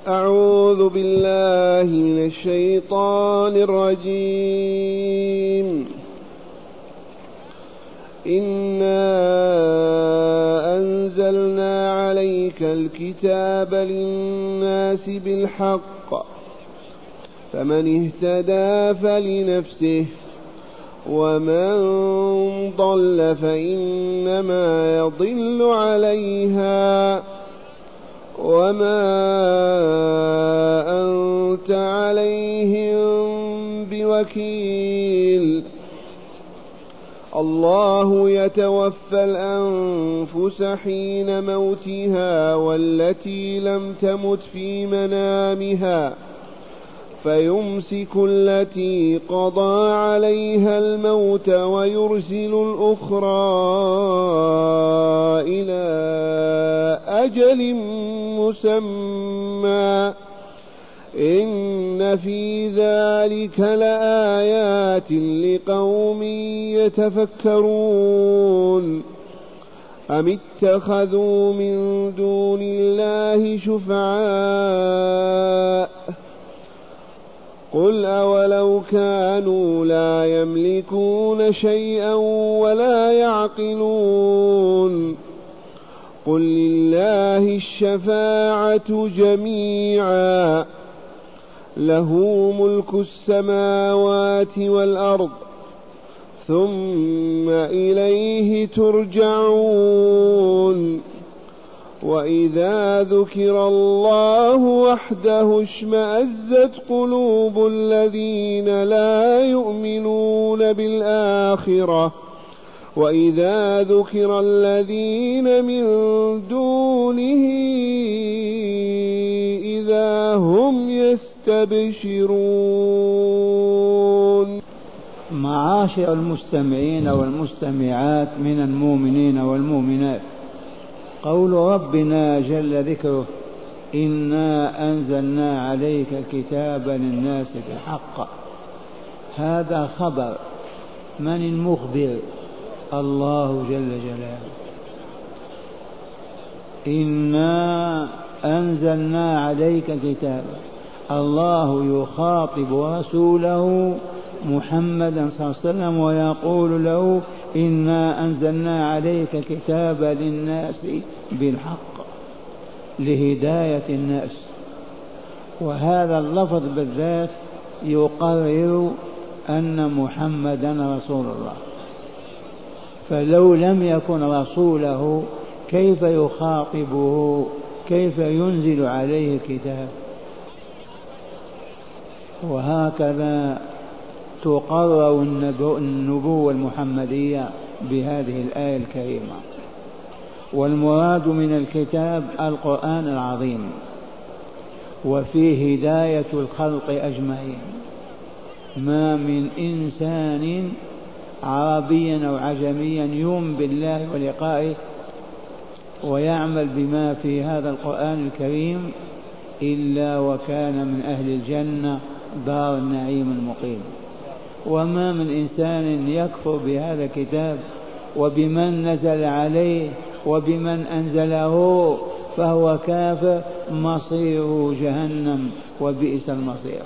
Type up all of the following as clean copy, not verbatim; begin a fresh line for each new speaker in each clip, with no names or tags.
أعوذ بالله من الشيطان الرجيم. إنا أنزلنا عليك الكتاب للناس بالحق فمن اهتدى فلنفسه ومن ضل فإنما يضل عليها وما أنت عليهم بوكيل. الله يتوفى الأنفس حين موتها والتي لم تمت في منامها فيمسك التي قضى عليها الموت ويرسل الأخرى إلى أجل مسمى إن في ذلك لآيات لقوم يتفكرون. أم اتخذوا من دون الله شفعاء قل أولو كانوا لا يملكون شيئا ولا يعقلون قل لله الشفاعة جميعا له ملك السماوات والأرض ثم إليه ترجعون. وإذا ذكر الله وحده اشمأزت قلوب الذين لا يؤمنون بالآخرة وإذا ذكر الذين من دونه إذا هم يستبشرون.
معاشر المستمعين والمستمعات من المؤمنين والمؤمنات، قول ربنا جل ذكره إنا أنزلنا عليك الكتاب للناس بالحق، هذا خبر. من المخبر؟ الله جل جلاله. إنا أنزلنا عليك الكتاب، الله يخاطب رسوله محمدا صلى الله عليه وسلم ويقول له إنا أنزلنا عليك الكتاب للناس بالحق، لهداية الناس. وهذا اللفظ بالذات يقرر أن محمدا رسول الله، فلو لم يكن رسوله كيف يخاطبه؟ كيف ينزل عليه الكتاب؟ وهكذا تقرر النبوة المحمدية بهذه الآية الكريمة. والمراد من الكتاب القرآن العظيم، وفيه هداية الخلق أجمعين. ما من إنسان عربيا أو عجميا يؤمن بالله ولقائه ويعمل بما في هذا القرآن الكريم إلا وكان من أهل الجنة دار النعيم المقيم. وما من إنسان يكفر بهذا الكتاب وبمن نزل عليه وبمن أنزله فهو كافر، مصيره جهنم وبئس المصير.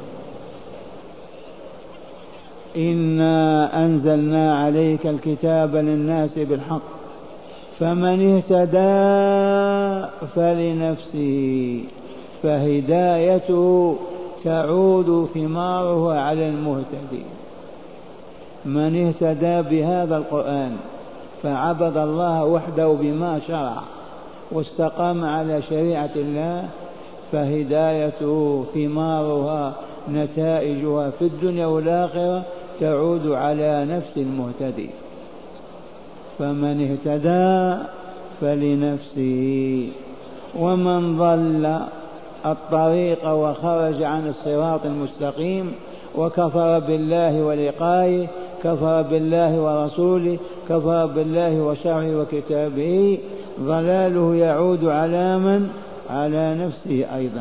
إنا أنزلنا عليك الكتاب للناس بالحق فمن اهتدى فلنفسه، فهدايته تعود ثمارها على المهتدي. من اهتدى بهذا القرآن فعبد الله وحده بما شرع واستقام على شريعة الله فهدايته ثمارها نتائجها في الدنيا والآخرة تعود على نفس المهتدي. فمن اهتدى فلنفسه ومن ضل الطريق وخرج عن الصراط المستقيم وكفر بالله ولقائه، كفر بالله ورسوله، كفر بالله وشرعه وكتابه، ضلاله يعود على من؟ على نفسه أيضا.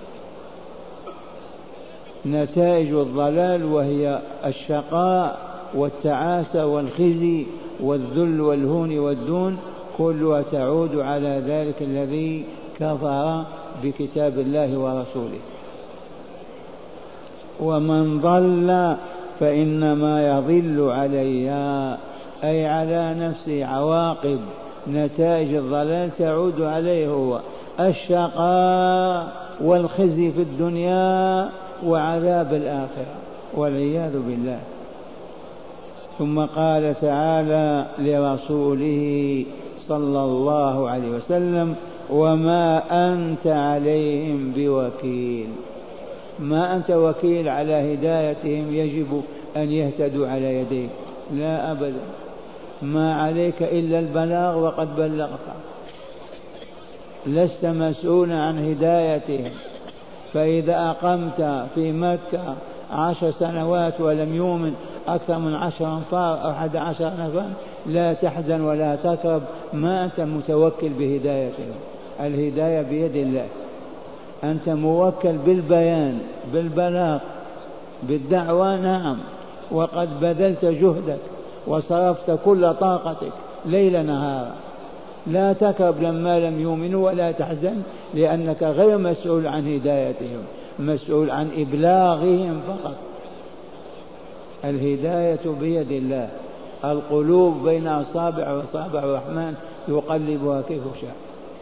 نتائج الضلال وهي الشقاء والتعاسة والخزي والذل والهون والدون كلها تعود على ذلك الذي كفر بكتاب الله ورسوله. ومن ضل فإنما يضل عليها، أي على نفسه. عواقب نتائج الضلال تعود عليه هو، الشقاء والخزي في الدنيا وعذاب الآخرة والعياذ بالله. ثم قال تعالى لرسوله صلى الله عليه وسلم: وما أنت عليهم بوكيل. ما أنت وكيل على هدايتهم، يجب أن يهتدوا على يديك، لا أبدا. ما عليك إلا البلاغ وقد بلغت، لست مسؤولا عن هدايتهم. فإذا أقمت في مكة 10 سنوات ولم يؤمن أكثر من 10 أنفار أو 11 نفر، لا تحزن ولا تكرب، ما أنت متوكل بهدايتهم، الهداية بيد الله. أنت موكل بالبيان، بالبلاغ، بالدعوة، نعم، وقد بذلت جهدك وصرفت كل طاقتك ليل نهارا. لا تكرب لما لم يؤمنوا ولا تحزن، لأنك غير مسؤول عن هدايتهم، مسؤول عن إبلاغهم فقط. الهداية بيد الله، القلوب بين أصابع الرحمن يقلبها كيف شاء.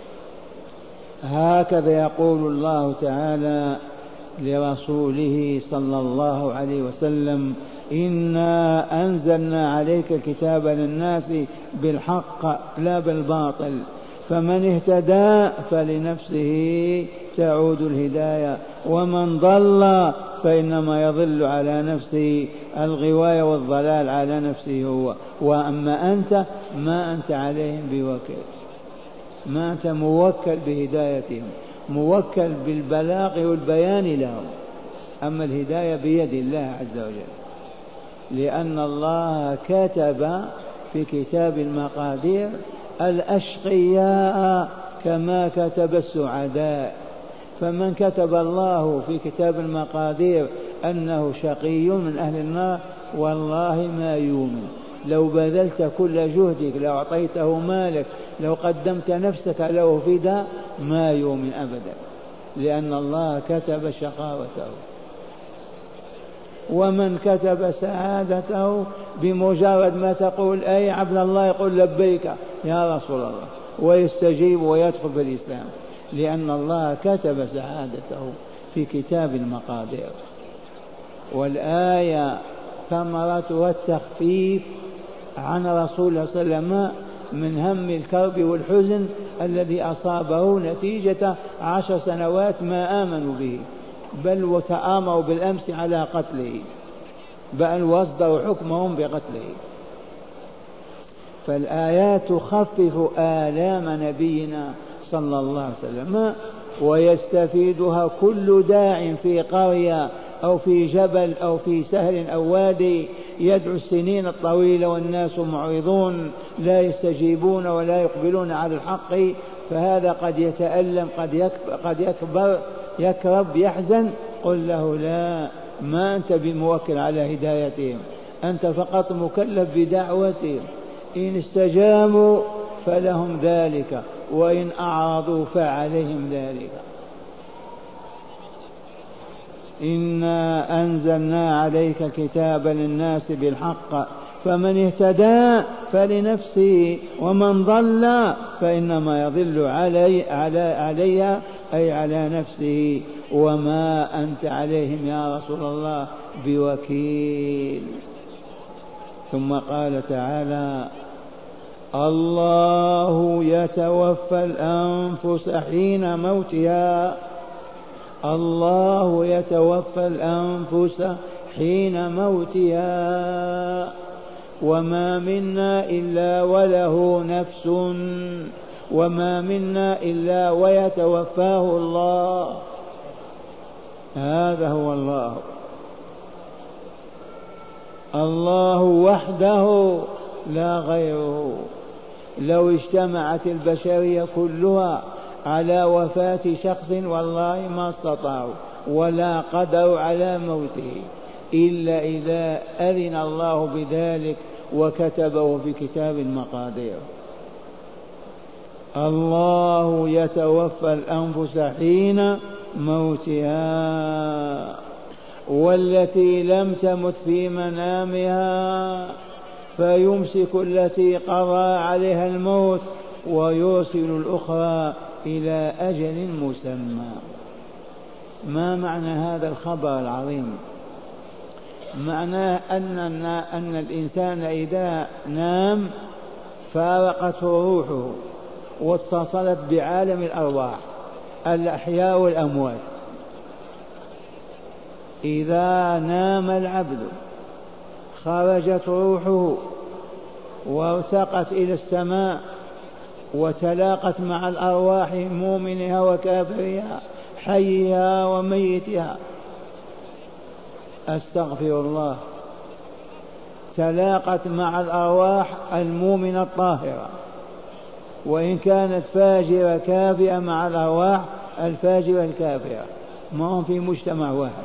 هكذا يقول الله تعالى لرسوله صلى الله عليه وسلم: إنا أنزلنا عليك الكتاب للناس بالحق لا بالباطل، فمن اهتدى فلنفسه تعود الهداية، ومن ضل فإنما يضل على نفسه، الغواية والضلال على نفسه هو. وأما أنت ما أنت عليهم بوكيل، ما أنت موكل بهدايتهم، موكل بالبلاغ والبيان لهم، أما الهداية بيد الله عز وجل. لأن الله كتب في كتاب المقادير الأشقياء كما كتب السعداء. فمن كتب الله في كتاب المقادير أنه شقي من أهل النار والله ما يؤمن، لو بذلت كل جهدك، لو أعطيته مالك، لو قدمت نفسك له فداء، ما يؤمن أبدا، لأن الله كتب شقاوته. ومن كتب سعادته بمجرد ما تقول أي عبد الله يقول لبيك يا رسول الله ويستجيب ويدخل في الإسلام، لأن الله كتب سعادته في كتاب المقادير. والآية ثمرتها التخفيف عن رسول الله صلى الله عليه وسلم من هم الكرب والحزن الذي أصابه نتيجة 10 سنوات ما آمنوا به، بل وتآمروا بالأمس على قتله، بل واصدروا حكمهم بقتله. فالآيات تخفف آلام نبينا صلى الله عليه وسلم، ويستفيدها كل داع في قرية أو في جبل أو في سهل أو وادي يدعو السنين الطويلة والناس معرضون لا يستجيبون ولا يقبلون على الحق، فهذا قد يتألم، قد يكرب يحزن. قل له: لا، ما أنت بموكل على هدايتهم، أنت فقط مكلف بدعوتهم، إن استجابوا فلهم ذلك، وإن أعرضوا فعليهم ذلك. إنا أنزلنا عليك الكتاب للناس بالحق، فمن اهتدى فلنفسه، ومن ضل فإنما يضل عليها أي على نفسه، وما أنت عليهم يا رسول الله بوكيل. ثم قال تعالى: الله يتوفى الأنفس حين موتها، الله يتوفى الأنفس حين موتها، وما منا إلا وله نفس، وما منا إلا ويتوفاه الله. هذا هو الله، الله وحده لا غيره. لو اجتمعت البشرية كلها على وفاة شخص والله ما استطاعوا ولا قدروا على موته إلا إذا أذن الله بذلك وكتبه في كتاب المقادير. الله يتوفى الأنفس حين موتها والتي لم تمت في منامها فيمسك التي قضى عليها الموت ويرسل الأخرى إلى أجل مسمى. ما معنى هذا الخبر العظيم؟ معناه أن الإنسان إذا نام فارقته روحه واتصلت بعالم الأرواح الأحياء والأموات. إذا نام العبد خرجت روحه وارتقت إلى السماء وتلاقت مع الأرواح مؤمنها وكافرها حيها وميتها. أستغفر الله. تلاقت مع الأرواح المؤمنة الطاهرة وإن كانت فاجرة كافرة مع الأرواح الفاجرة الكافرة، ما هم في مجتمع واحد.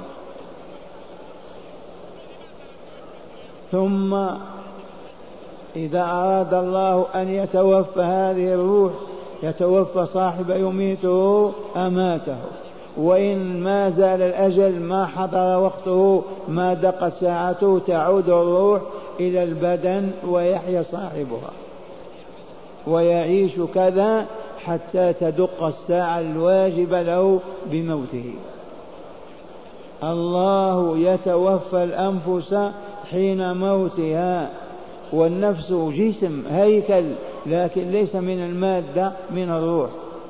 ثم إذا أراد الله أن يتوفى هذه الروح يتوفى صاحب يميته أماته، وإن ما زال الأجل ما حضر وقته ما دقت ساعته تعود الروح إلى البدن ويحيا صاحبها ويعيش كذا حتى تدق الساعة الواجبة له بموته. الله يتوفى الأنفس حين موتها، والنفس جسم هيكل لكن ليس من المادة، من الروح.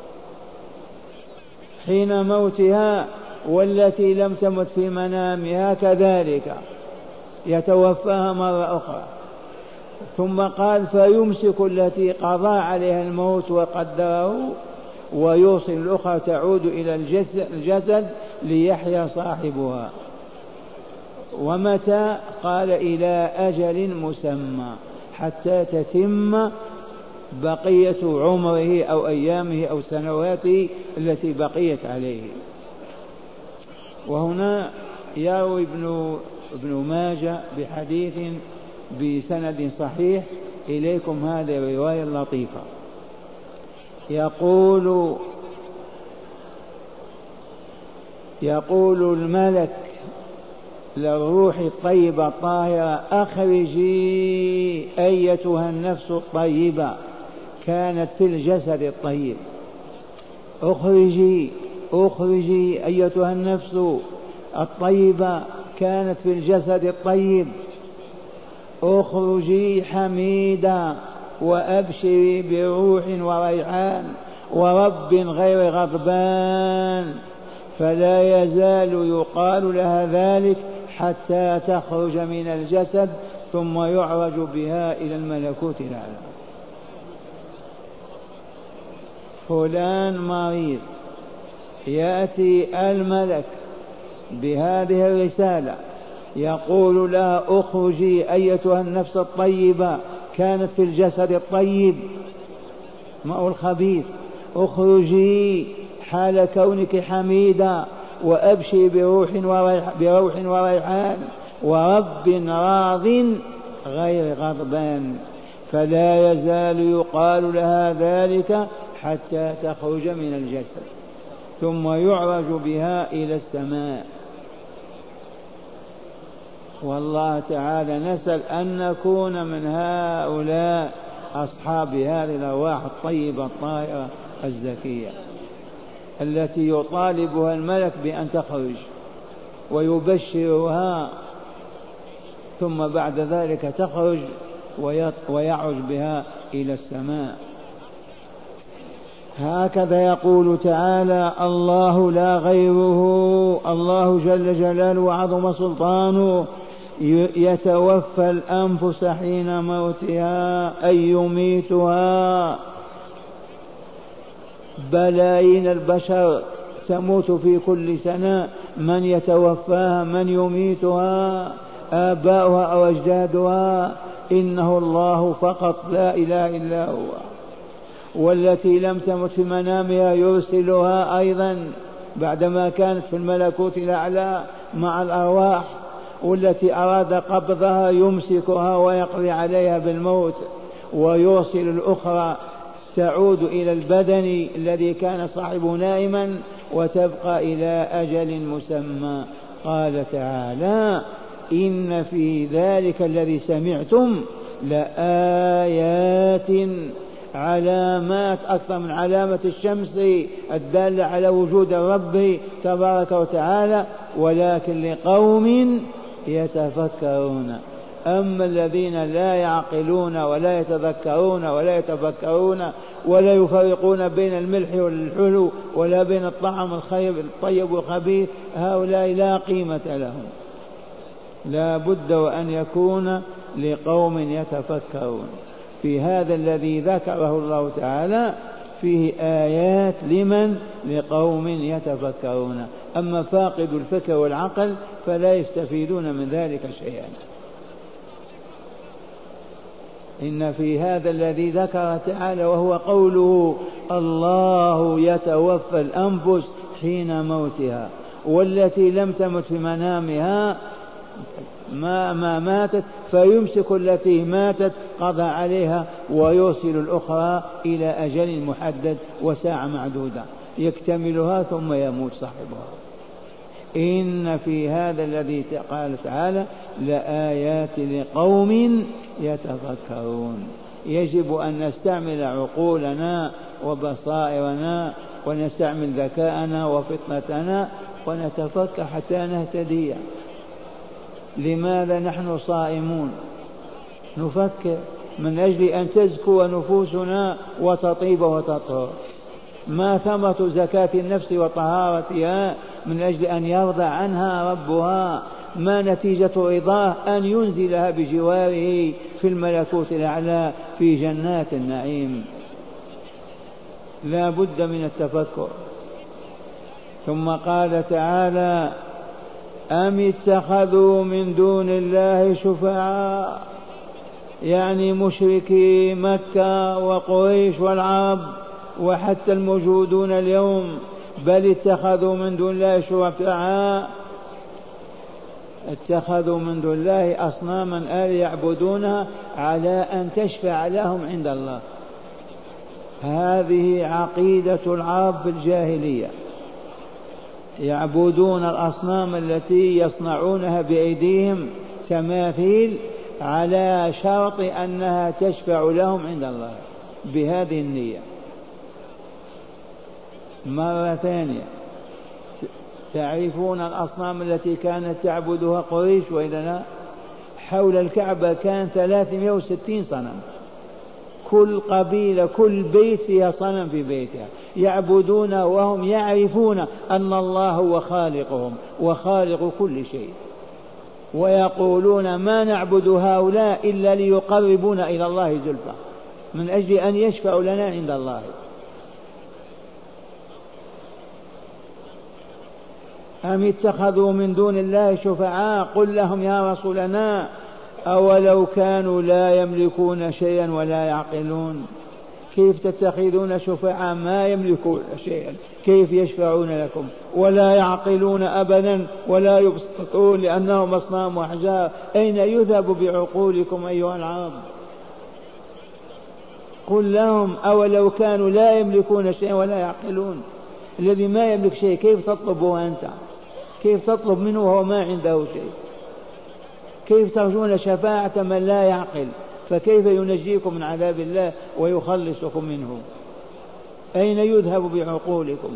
حين موتها والتي لم تمت في منامها كذلك يتوفاها مرة أخرى. ثم قال فيمسك التي قضى عليها الموت وقدره ويوصل الأخرى تعود إلى الجسد ليحيا صاحبها. ومتى؟ قال إلى أجل مسمى حتى تتم بقية عمره أو أيامه أو سنواته التي بقيت عليه. وهنا يروي ابن ماجه بحديث بسند صحيح إليكم هذه الرواية اللطيفة. يقول الملك للروح الطيبة الطاهرة أخرجي أيتها النفس الطيبة كانت في الجسد الطيب. أخرجي أيتها النفس الطيبة كانت في الجسد الطيب، أخرجي حميدة وأبشري بروح وريحان ورب غير غضبان. فلا يزال يقال لها ذلك حتى تخرج من الجسد ثم يعرج بها إلى الملكوت الأعلى. فلان مريض، يأتي الملك بهذه الرسالة يقول لها أخرجي أيتها النفس الطيبة كانت في الجسد الطيب ماء الخبيث، أخرجي حال كونك حميدة وأبشي بروح وريحان ورب راض غير غضبان. فلا يزال يقال لها ذلك حتى تخرج من الجسد ثم يعرج بها إلى السماء. والله تعالى نسأل أن نكون من هؤلاء أصحاب هذه الأرواح الطيبة الطاهرة الزكية التي يطالبها الملك بأن تخرج ويبشرها، ثم بعد ذلك تخرج ويعرج بها إلى السماء. هكذا يقول تعالى: الله لا غيره، الله جل جلاله وعظم سلطانه يتوفى الأنفس حين موتها أي يميتها. بلايين البشر تموت في كل سنة، من يتوفاها؟ من يميتها؟ آباؤها أو أجدادها؟ إنه الله فقط لا إله إلا هو. والتي لم تمت في منامها يرسلها أيضا بعدما كانت في الملكوت الأعلى مع الأرواح، والتي أراد قبضها يمسكها ويقضي عليها بالموت ويرسل الأخرى تعود إلى البدن الذي كان صاحبه نائما وتبقى إلى أجل مسمى. قال تعالى إن في ذلك الذي سمعتم لآيات، علامات أكثر من علامة الشمس الدالة على وجود الرب تبارك وتعالى، ولكن لقوم يتفكرون. أما الذين لا يعقلون ولا يتذكرون ولا يتفكرون ولا يفرقون بين الملح والحلو ولا بين الطعام الطيب والخبيث، هؤلاء لا قيمة لهم. لا بد وأن يكون لقوم يتفكرون. في هذا الذي ذكره الله تعالى فيه آيات لمن؟ لقوم يتفكرون. أما فاقد الفكر والعقل فلا يستفيدون من ذلك شيئا. إن في هذا الذي ذكر تعالى وهو قوله الله يتوفى الأنفس حين موتها والتي لم تمت في منامها ما ماتت فيمسك التي ماتت قضى عليها ويرسل الأخرى إلى أجل محدد وساعة معدودة يكتملها ثم يموت صاحبها. إن في هذا الذي قال تعالى لآيات لقوم يتفكرون. يجب أن نستعمل عقولنا وبصائرنا ونستعمل ذكاءنا وفطنتنا ونتفكر حتى نهتدي. لماذا نحن صائمون؟ نفكر من أجل أن تزكو نفوسنا وتطيب وتطهر. ما ثمرة زكاة النفس وطهارتها؟ من أجل أن يرضى عنها ربها. ما نتيجة رضاه؟ أن ينزلها بجواره في الملكوت الأعلى في جنات النعيم. لا بد من التفكر. ثم قال تعالى أم اتخذوا من دون الله شفعاء، يعني مشركي مكة وقريش والعرب وحتى الموجودون اليوم، بل اتخذوا من دون الله شفعاء، اتخذوا من دون الله أصناما يعبدونها على أن تشفع لهم عند الله. هذه عقيدة العرب في الجاهلية، يعبدون الأصنام التي يصنعونها بأيديهم تماثيل على شرط أنها تشفع لهم عند الله بهذه النية. مرة ثانية، تعرفون الأصنام التي كانت تعبدها قريش وإلا لا؟ حول الكعبة كان 360 صنم، كل قبيلة كل بيت فيها صنم في بيتها يعبدون وهم يعرفون أن الله هو خالقهم وخالق كل شيء، ويقولون ما نعبد هؤلاء إلا ليقربونا إلى الله زلفى، من أجل أن يشفعوا لنا عند الله. أم اتخذوا من دون الله شفعاء قل لهم يا رسولنا أولو كانوا لا يملكون شيئا ولا يعقلون. كيف تتخذون شفعاء ما يملكون شيئا؟ كيف يشفعون لكم ولا يعقلون أبدا ولا يبسطون لأنهم أصنام وأحجار؟ أين يذهب بعقولكم أيها العرب؟ قل لهم أولو كانوا لا يملكون شيئا ولا يعقلون. الذي ما يملك شيء كيف تطلبه أنت؟ كيف تطلب منه وهو ما عنده شيء؟ كيف ترجون شفاعة من لا يعقل؟ فكيف ينجيكم من عذاب الله ويخلصكم منه؟ أين يذهب بعقولكم؟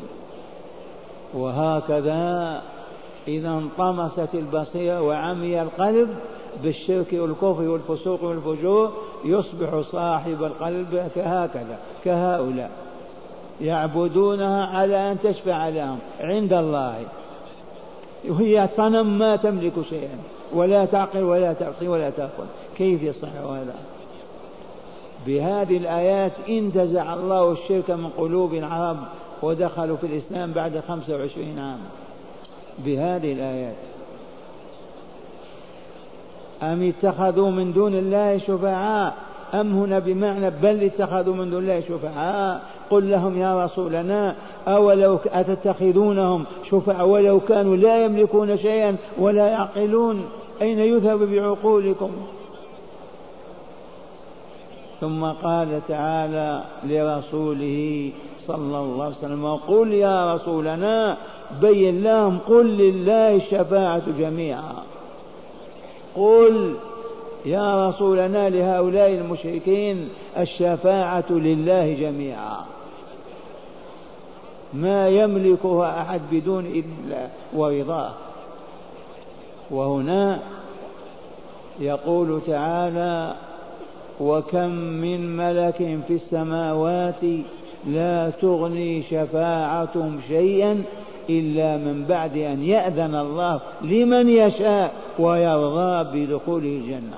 وهكذا إذا انطمست البصيرة وعمي القلب بالشرك والكفر والفسوق والفجور يصبح صاحب القلب كهكذا كهؤلاء يعبدونها على أن تشفع لهم عند الله، وهي صنم ما تملك شيئا ولا تعقل ولا تعصي ولا تأخذ. كيف يصح هذا؟ بهذه الآيات انتزع الله الشرك من قلوب العرب ودخلوا في الإسلام بعد 25 عام بهذه الآيات. أم اتخذوا من دون الله شفعاء، أم هنا بمعنى بل اتخذوا من دون الله شفعاء. قل لهم يا رسولنا أولو أتتخذونهم شفعاء ولو كانوا لا يملكون شيئا ولا يعقلون؟ أين يذهب بعقولكم؟ ثم قال تعالى لرسوله صلى الله عليه وسلم قل يا رسولنا بين لهم قل لله الشفاعة جميعا. قل يا رسولنا لهؤلاء المشركين الشفاعة لله جميعا، ما يملكها أحد بدون إذن الله ورضاه. وهنا يقول تعالى وكم من ملك في السماوات لا تغني شفاعتهم شيئا إلا من بعد أن يأذن الله لمن يشاء ويرضى بدخوله الجنة.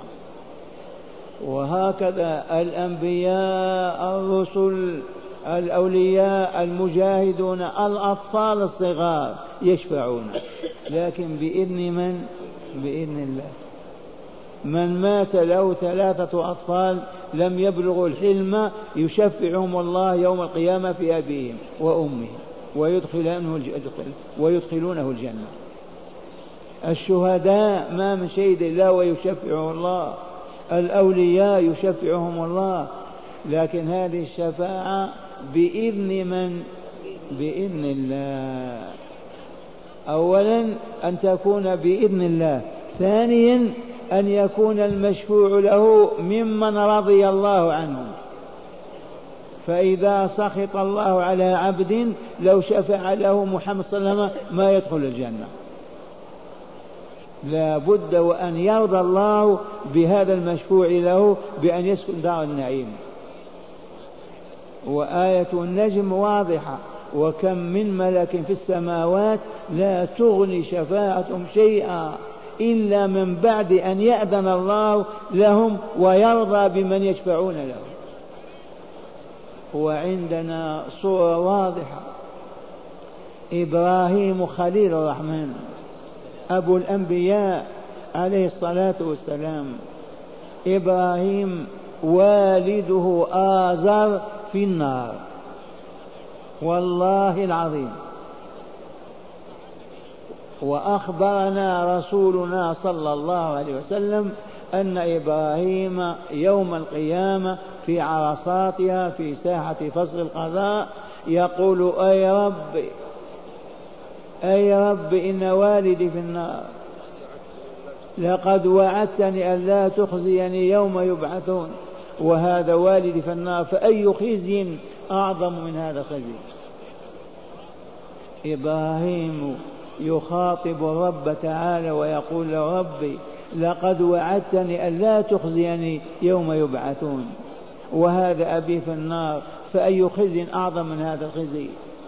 وهكذا الأنبياء الرسل الأولياء المجاهدون الأطفال الصغار يشفعون، لكن بإذن من؟ بإذن الله. من مات له 3 أطفال لم يبلغوا الحلم يشفعهم الله يوم القيامة في أبيهم وأمهم ويدخلونه الجنة. الشهداء ما من شهيد الله ويشفعه الله، الأولياء يشفعهم الله، لكن هذه الشفاعة بإذن من؟ بإذن الله. أولا أن تكون بإذن الله، ثانيا أن يكون المشفوع له ممن رضي الله عنهم. فإذا سخط الله على عبد لو شفع له محمد صلى الله عليه وسلم ما يدخل الجنة. لا بد وأن يرضى الله بهذا المشفوع له بأن يسكن دار النعيم. وآية النجم واضحة وكم من ملك في السماوات لا تغني شفاعتهم شيئا إلا من بعد أن يأذن الله لهم ويرضى بمن يشفعون له. وعندنا صورة واضحة، إبراهيم خليل الرحمن أبو الأنبياء عليه الصلاة والسلام. إبراهيم والده آزر في النار والله العظيم. وأخبرنا رسولنا صلى الله عليه وسلم أن إبراهيم يوم القيامة في عرصاتها في ساحة فصل القضاء يقول أي رب إن والدي في النار، لقد وعدتني أن لا تخزيني يوم يبعثون، وهذا والدي في النار، فأي خزي أعظم من هذا الخزي. إبراهيم يخاطب الرب تعالى ويقول له ربي لقد وعدتني أن لا تخزيني يوم يبعثون، وهذا أبي في النار، فأي خزي أعظم من هذا الخزي.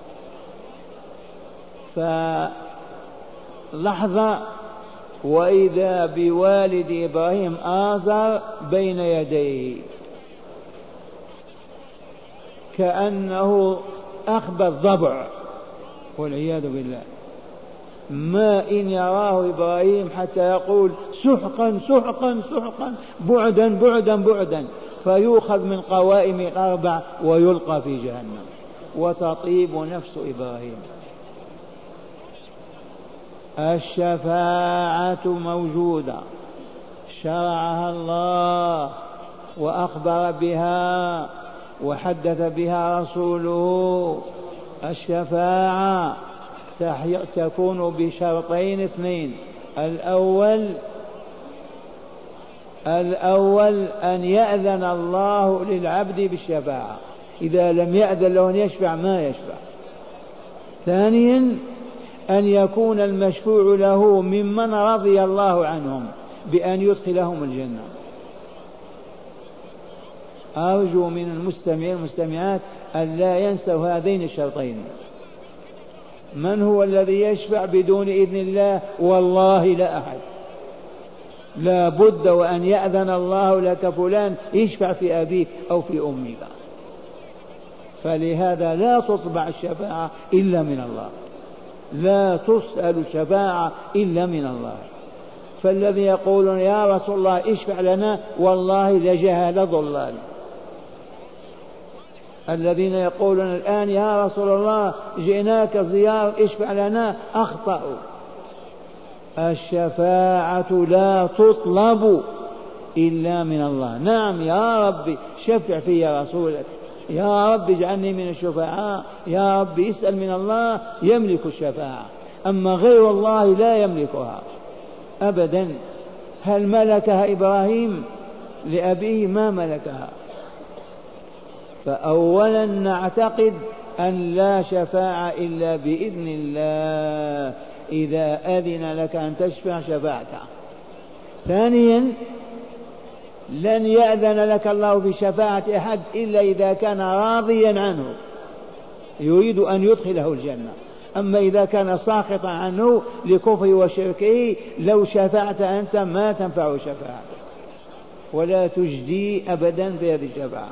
فلحظة وإذا بوالد إبراهيم آزر بين يديه كأنه أخبى الضبع والعياذ بالله. ما إن يراه إبراهيم حتى يقول سحقا سحقا سحقا بعدا بعدا بعدا، فيؤخذ من قوائم الأربع ويلقى في جهنم وتطيب نفس إبراهيم. الشفاعة موجودة شرعها الله وأخبر بها وحدث بها رسوله. الشفاعة تكون بشرطين اثنين، الأول أن يأذن الله للعبد بالشفاعة، إذا لم يأذن له أن يشفع ما يشفع. ثانيا أن يكون المشفوع له ممن رضي الله عنهم بأن يدخلهم الجنة. أرجو من المستمعين والمستمعات أن لا ينسوا هذين الشرطين. من هو الذي يشفع بدون إذن الله؟ والله لا أحد. لا بد وأن يأذن الله لك فلان يشفع في أبيك أو في أمك. فلهذا لا تطبع الشفاعة إلا من الله، لا تسأل الشفاعة إلا من الله. فالذي يقولون يا رسول الله اشفع لنا والله لجهل ضلال. الذين يقولون الآن يا رسول الله جئناك زيارة اشفع لنا أخطأوا. الشفاعة لا تطلب إلا من الله. نعم يا رب شفع في رسولك، يا رب اجعلني من الشفعاء، يا رب اسأل من الله يملك الشفاعة، أما غير الله لا يملكها أبدا. هل ملكها إبراهيم لأبيه؟ ما ملكها. فأولا نعتقد أن لا شفاعة إلا بإذن الله، إذا أذن لك أن تشفع شفعت. ثانيا لن يأذن لك الله في شفاعة أحد إلا إذا كان راضيا عنه يريد أن يدخله الجنة. أما إذا كان ساخطا عنه لكفره وشركه لو شفعت أنت ما تنفع شفاعته ولا تجدي أبدا في هذه الشفاعة.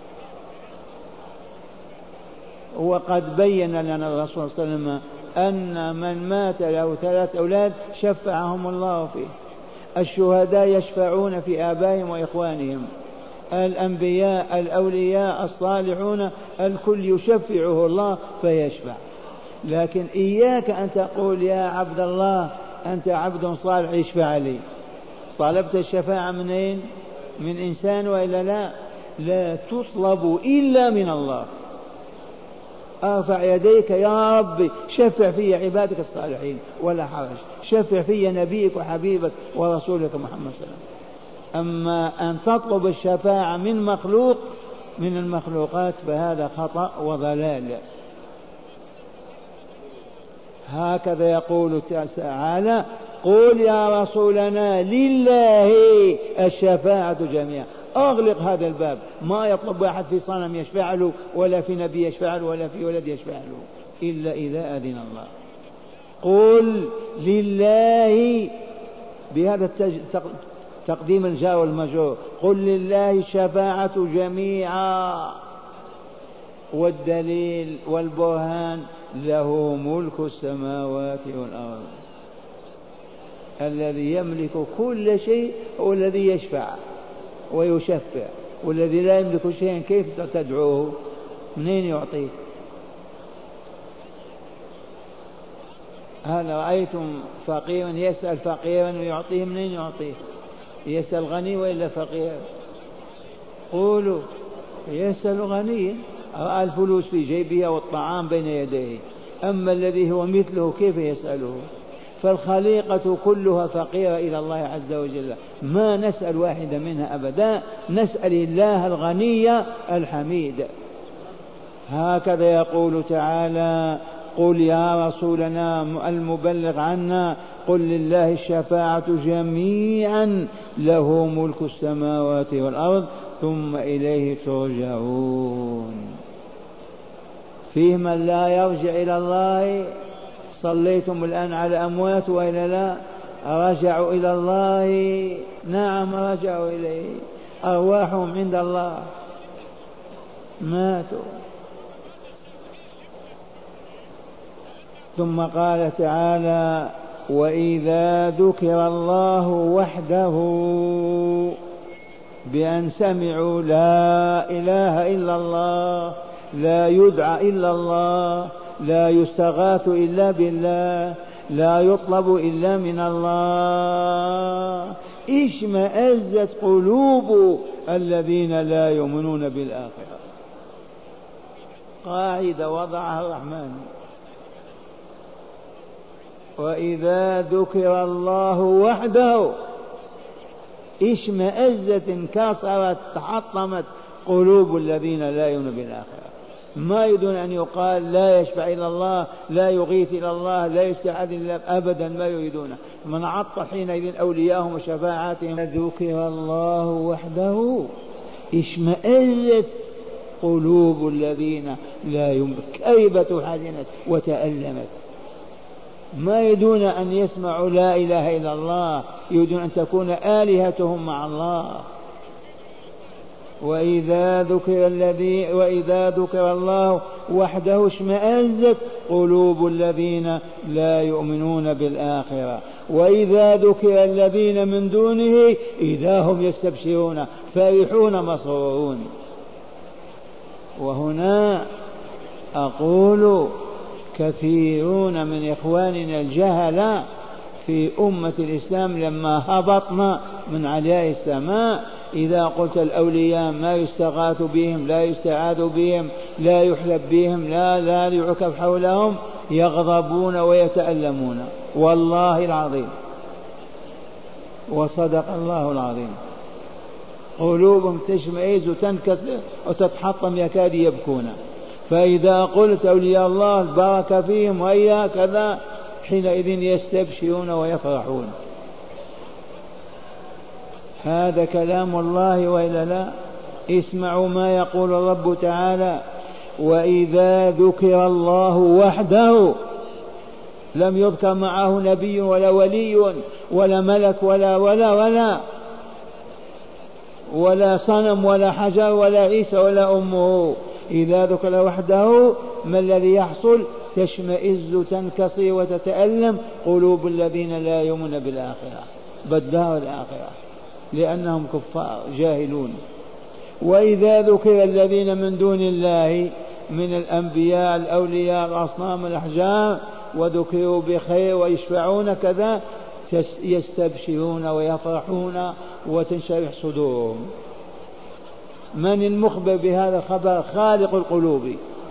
وقد بين لنا الرسول صلى الله عليه وسلم أن من مات له 3 أولاد شفعهم الله فيه. الشهداء يشفعون في آبائهم وإخوانهم، الأنبياء الأولياء الصالحون الكل يشفعه الله فيشفع. لكن إياك أن تقول يا عبد الله أنت عبد صالح اشفع لي. طلبت الشفاعة منين؟ من إنسان وإلا لا؟ لا تطلب إلا من الله. ارفع يديك يا رب شفع في عبادك الصالحين ولا حرج، شفع في نبيك وحبيبك ورسولك محمد صلى الله عليه وسلم. أما أن تطلب الشفاعة من مخلوق من المخلوقات فهذا خطأ وضلال. هكذا يقول تعالى قل يا رسولنا لله الشفاعة جميعا. أغلق هذا الباب، ما يطلب أحد في صنم يشفع له ولا في نبي يشفع له ولا في ولد يشفع له إلا إذا أذن الله. قل لله بهذا تقديم الجار والمجرور، قل لله الشفاعة جميعا. والدليل والبرهان له ملك السماوات والأرض. الذي يملك كل شيء هو الذي يشفع ويشفع، والذي لا يملك شيئا كيف تدعوه؟ منين يعطيك؟ هل رأيتم فقيرا يسأل فقيرا ويعطيه؟ منين يعطيه؟ يسأل غني وإلا فقير؟ قولوا يسأل غني رأى الفلوس في جيبها والطعام بين يديه، أما الذي هو مثله كيف يسأله؟ فالخليقة كلها فقيرة إلى الله عز وجل، ما نسأل واحدة منها أبدا، نسأل الله الغني الحميد. هكذا يقول تعالى قل يا رسولنا المبلغ عنا قل لله الشفاعة جميعا له ملك السماوات والأرض ثم إليه ترجعون. فيه من لا يرجع إلى الله. صليتم الآن على أموات وإلا لا؟ رجعوا إلى الله. نعم رجعوا إليه، أرواحهم عند الله، ماتوا. ثم قال تعالى وإذا ذكر الله وحده بأن سمعوا لا إله إلا الله، لا يدعى إلا الله، لا يستغاث إلا بالله، لا يطلب إلا من الله، اشمأزت قلوب الذين لا يؤمنون بالآخرة. قاعدة وضعها الرحمن. وإذا ذكر الله وحده اشمأزت انكسرت تحطمت قلوب الذين لا يؤمنون بالآخرة. ما يريدون أن يقال لا يشفع إلى الله، لا يغيث إلى الله، لا يستعاذ إلا أبدا، ما يريدون. من عطل حينئذ أولياءهم وشفاعاتهم. ذكر الله وحده اشمأزت قلوب الذين لا يؤمنون، كربت حزنت وتألمت. ما يريدون أن يسمعوا لا إله إلا الله، يريدون أن تكون آلهتهم مع الله. وإذا ذكر الله وحده اشمأزت قلوب الذين لا يؤمنون بالآخرة، وإذا ذكر الذين من دونه إذا هم يستبشرون فرحون مسرورون. وهنا أقول كثيرون من إخواننا الجهلة في أمة الإسلام لما هبطنا من علياء السماء. إذا قلت الأولياء ما يستغاث بهم لا يستعاذ بهم لا يحلب بهم لا يعكف حولهم يغضبون ويتألمون والله العظيم. وصدق الله العظيم. قلوبهم تشمئز وتنكسر وتتحطم يكاد يبكون. فإذا قلت أولياء الله البركة فيهم وهي كذا حينئذ يستبشرون ويفرحون. هذا كلام الله وإلا لا؟ اسمعوا ما يقول الرب تعالى: وإذا ذكر الله وحده لم يذكر معه نبي ولا ولي ولا ملك ولا صنم ولا حجر ولا عيسى ولا أمه. إذا ذكر وحده ما الذي يحصل؟ تشمئز تنكسر وتتألم قلوب الذين لا يؤمنون بالآخرة بالدار الآخرة لأنهم كفار جاهلون. وإذا ذكر الذين من دون الله من الأنبياء الأولياء الأصنام الأحجار وذكروا بخير ويشفعون كذا يستبشرون ويفرحون وتنشرح صدورهم. من المخبر بهذا الخبر؟ خالق القلوب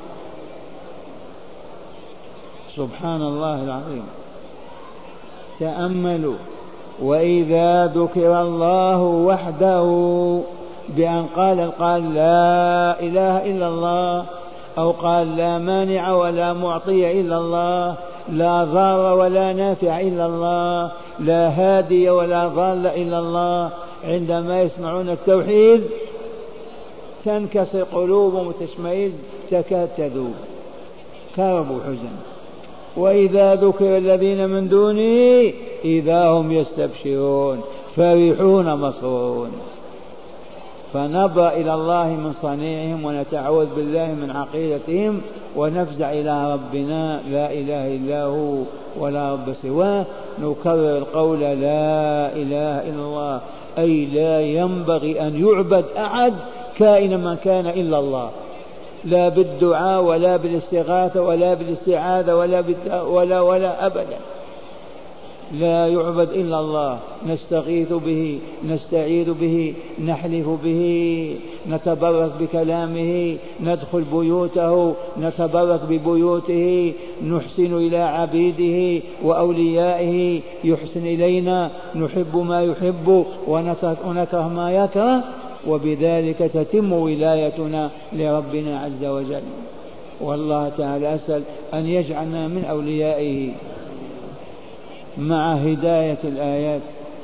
سبحان الله العظيم. تأملوا: وإذا ذكر الله وحده بأن قال لا إله إلا الله، أو قال لا مانع ولا معطي إلا الله، لا ضار ولا نافع إلا الله، لا هادي ولا ضال إلا الله. عندما يسمعون التوحيد تنكسر قلوبهم وتشمئز تكاد تذوب كرب وحزن. وإذا ذكر الذين من دونه إذا هم يستبشرون فرحون مسرورون. فنبرأ إلى الله من صنيعهم ونتعوذ بالله من عقيدتهم ونفزع إلى ربنا لا إله إلا هو ولا رب سواه. نكرر القول لا إله إلا الله، أي لا ينبغي أن يعبد أحد كائنا من كان إلا الله، لا بالدعاء ولا بالاستغاثة ولا بالاستعاذة ولا أبدا. لا يعبد إلا الله، نستغيث به نستعيذ به نحلف به نتبرك بكلامه ندخل بيوته نتبرك ببيوته نحسن إلى عبيده وأوليائه يحسن إلينا نحب ما يحب ونكره ما يكره، وبذلك تتم ولايتنا لربنا عز وجل. والله تعالى أسأل أن يجعلنا من أوليائه مع هداية الآيات.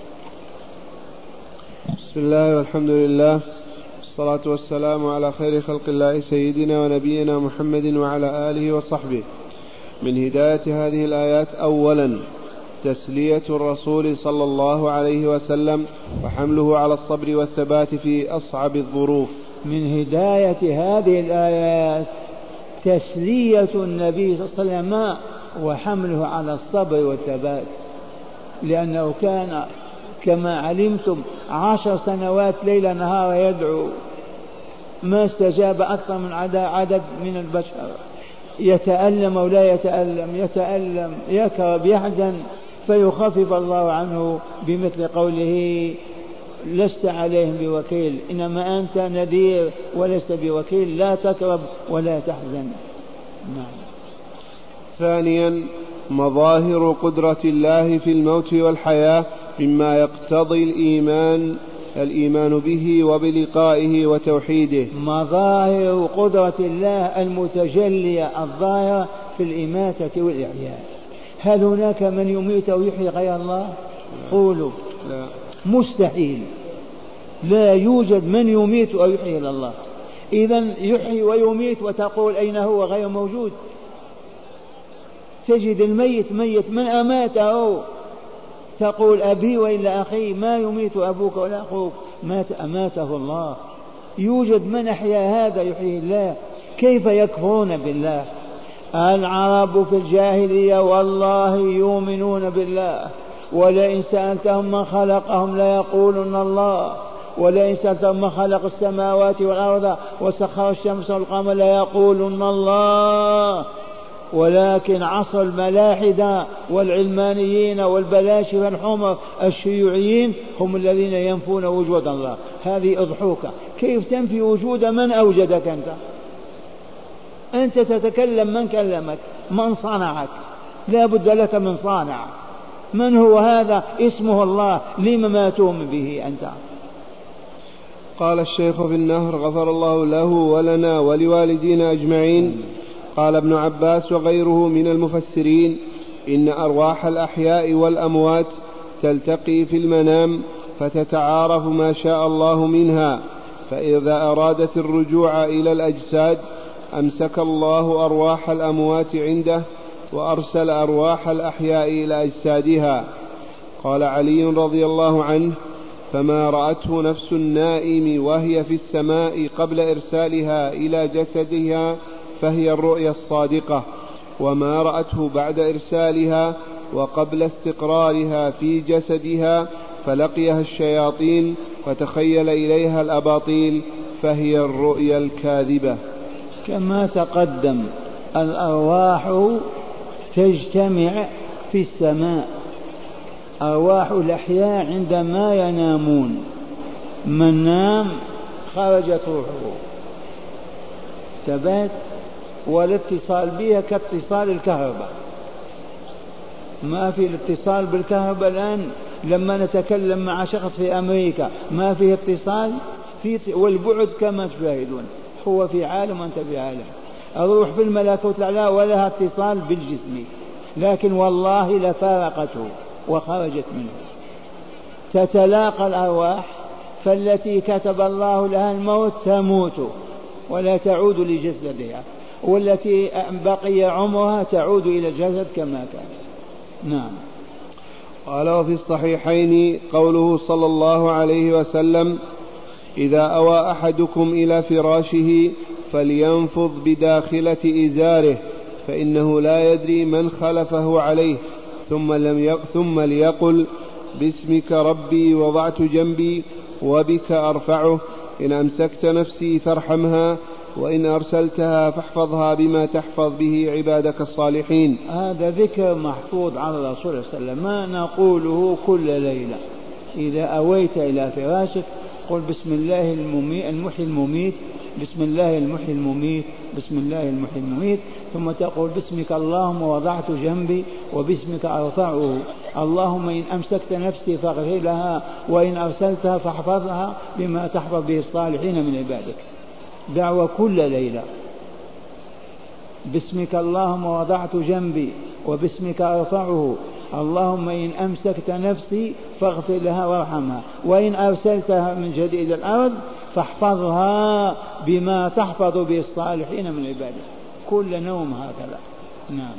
بسم الله والحمد لله والصلاة والسلام على خير خلق الله سيدنا ونبينا محمد وعلى آله وصحبه. من هداية هذه الآيات: أولا تسلية الرسول صلى الله عليه وسلم وحمله على الصبر والثبات في أصعب الظروف.
من هداية هذه الآيات تسلية النبي صلى الله عليه وسلم وحمله على الصبر والثبات، لأنه كان كما علمتم 10 سنوات ليل نهار يدعو، ما استجاب أكثر من عدد من البشر، يتألم ولا يتألم يكرب يحزن فيخفف الله عنه بمثل قوله لست عليهم بوكيل إنما أنت نذير ولست بوكيل، لا تكرب ولا تحزن. نعم.
ثانيا مظاهر قدرة الله في الموت والحياة مما يقتضي الإيمان به وبلقائه وتوحيده.
مظاهر قدرة الله المتجلية الظاهرة في الإماتة والإحياء. هل هناك من يميت ويحيي غير الله؟ قولوا
لا.
مستحيل، لا يوجد من يميت ويحيي إلا الله. إذن يحيي ويميت وتقول أين هو؟ غير موجود. تجد الميت ميت، من أماته؟ تقول أبي وإلا أخي، ما يميت أبوك ولا أخوك، أماته الله. يوجد من أحيا هذا يحيي الله، كيف يكفرون بالله؟ العرب في الجاهلية والله يؤمنون بالله، ولئن سألتهم من خلقهم ليقولن الله، ولئن سألتهم من خلق السماوات والأرض وسخر الشمس والقمر ليقولن الله. ولكن عصر الملاحدة والعلمانيين والبلاشفة الحمر الشيوعيين هم الذين ينفون وجود الله. هذه أضحوكة. كيف تنفي وجود من أوجدك أنت تتكلم من كلمك من صنعك؟ لا بد لك من صانع. من هو هذا؟ اسمه الله. لم ما تؤمن به أنت؟
قال الشيخ في النهر غفر الله له ولنا ولوالدينا أجمعين. قال ابن عباس وغيره من المفسرين إن أرواح الأحياء والأموات تلتقي في المنام فتتعارف ما شاء الله منها، فإذا أرادت الرجوع إلى الأجساد أمسك الله أرواح الأموات عنده وأرسل أرواح الأحياء إلى أجسادها. قال علي رضي الله عنه فما رأته نفس النائم وهي في السماء قبل إرسالها إلى جسدها فهي الرؤيا الصادقة، وما رأته بعد إرسالها وقبل استقرارها في جسدها فلقيها الشياطين فتخيل إليها الأباطيل فهي الرؤيا الكاذبة.
كما تقدم الأرواح تجتمع في السماء. أرواح الأحياء عندما ينامون من نام خرجت روحه ثبات، والاتصال بها كاتصال الكهرباء. ما في الاتصال بالكهرباء الآن لما نتكلم مع شخص في أمريكا ما فيه اتصال والبعد كما تشاهدون، هو في عالم وأنت في عالم. الروح في الملكوت الأعلى ولها اتصال بالجسم، لكن والله لفارقته وخرجت منه. تتلاقى الأرواح، فالتي كتب الله لها الموت تموت ولا تعود لجسدها، والتي بقي عمرها تعود إلى الجسد كما كان. نعم.
قال وفي الصحيحين قوله صلى الله عليه وسلم إذا أوى أحدكم إلى فراشه فلينفض بداخلة إزاره فإنه لا يدري من خلفه عليه ثم ليقل باسمك ربي وضعت جنبي وبك أرفعه، إن أمسكت نفسي فارحمها وإن أرسلتها فاحفظها بما تحفظ به عبادك الصالحين.
هذا ذكر محفوظ عن الرسول صلى الله عليه وسلم ما نقوله كل ليلة. إذا أويت إلى فراشك قل بسم الله المحيي المميت، بسم الله المحيي المميت، بسم الله المحيي المميت، ثم تقول باسمك اللهم وضعت جنبي وباسمك أرفعه، اللهم إن أمسكت نفسي فاغفر لها وإن أرسلتها فاحفظها بما تحفظ به الصالحين من عبادك. دعوة كل ليلة. باسمك اللهم وضعت جنبي وباسمك أرفعه، اللهم إن أمسكت نفسي فاغفر لها وارحمها وإن أرسلتها من جديد إلى الأرض فاحفظها بما تحفظ به الصالحين من عبادك. كل نوم هكذا. نعم.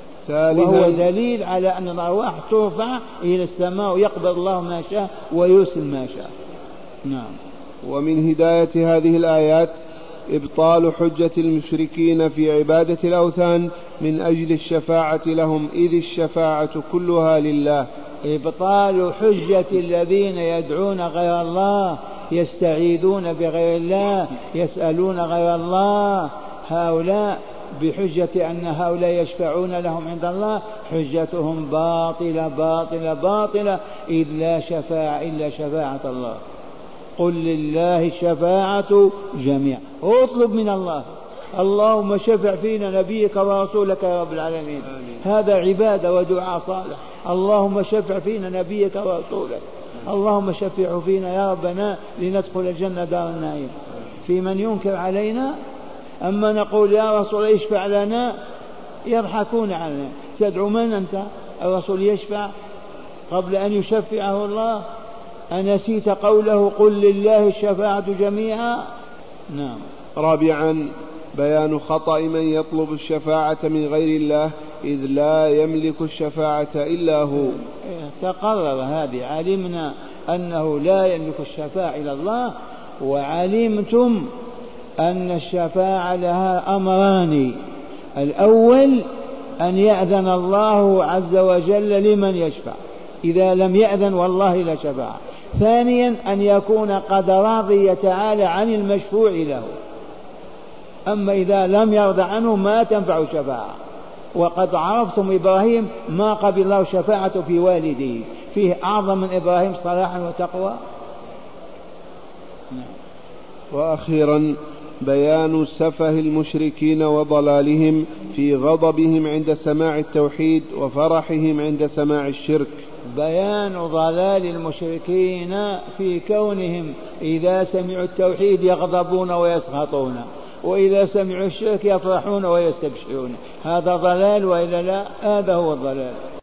وهو دليل على أن الأرواح ترفع إلى السماء ويقبض الله ما شاء ويرسل ما شاء. نعم.
ومن هداية هذه الآيات إبطال حجة المشركين في عبادة الأوثان من أجل الشفاعة لهم، إذ الشفاعة كلها لله.
إبطال حجة الذين يدعون غير الله، يستعيذون بغير الله، يسألون غير الله، هؤلاء بحجة أن هؤلاء يشفعون لهم عند الله، حجتهم باطلة باطلة باطلة، إذ لا شفاعة إلا شفاعة الله. قل لله الشفاعة جميعا. اطلب من الله، اللهم شفع فينا نبيك ورسولك يا رب العالمين. هذا عبادة ودعاء صالح. اللهم شفع فينا نبيك ورسولك، اللهم شفع فينا يا ربنا لندخل الجنة دار النعيم. في من ينكر علينا، أما نقول يا رسول اشفع لنا يضحكون علينا. تدعو من أنت؟ الرسول يشفع قبل أن يشفعه الله؟ أنسيت قوله قل لله الشفاعة جميعا؟ نعم.
رابعا بيان خطأ من يطلب الشفاعة من غير الله، إذ لا يملك الشفاعة إلا هو.
تقرر هذه، علمنا أنه لا يملك الشفاعة إلا الله، وعلمتم أن الشفاعة لها أمران. الأول أن يأذن الله عز وجل لمن يشفع، إذا لم يأذن والله لا شفاعة. ثانيا أن يكون قد راضي تعالى عن المشفوع له، أما إذا لم يرضى عنه ما تنفع شفاعة. وقد عرفتم إبراهيم ما قبل الله شفاعته في والده، فيه أعظم من إبراهيم صلاحا وتقوى.
وأخيرا بيان سفه المشركين وضلالهم في غضبهم عند سماع التوحيد وفرحهم عند سماع الشرك.
بيان ضلال المشركين في كونهم إذا سمعوا التوحيد يغضبون ويسخطون، وإذا سمعوا الشرك يفرحون ويستبشرون. هذا ضلال وإلا لا؟ هذا هو الضلال.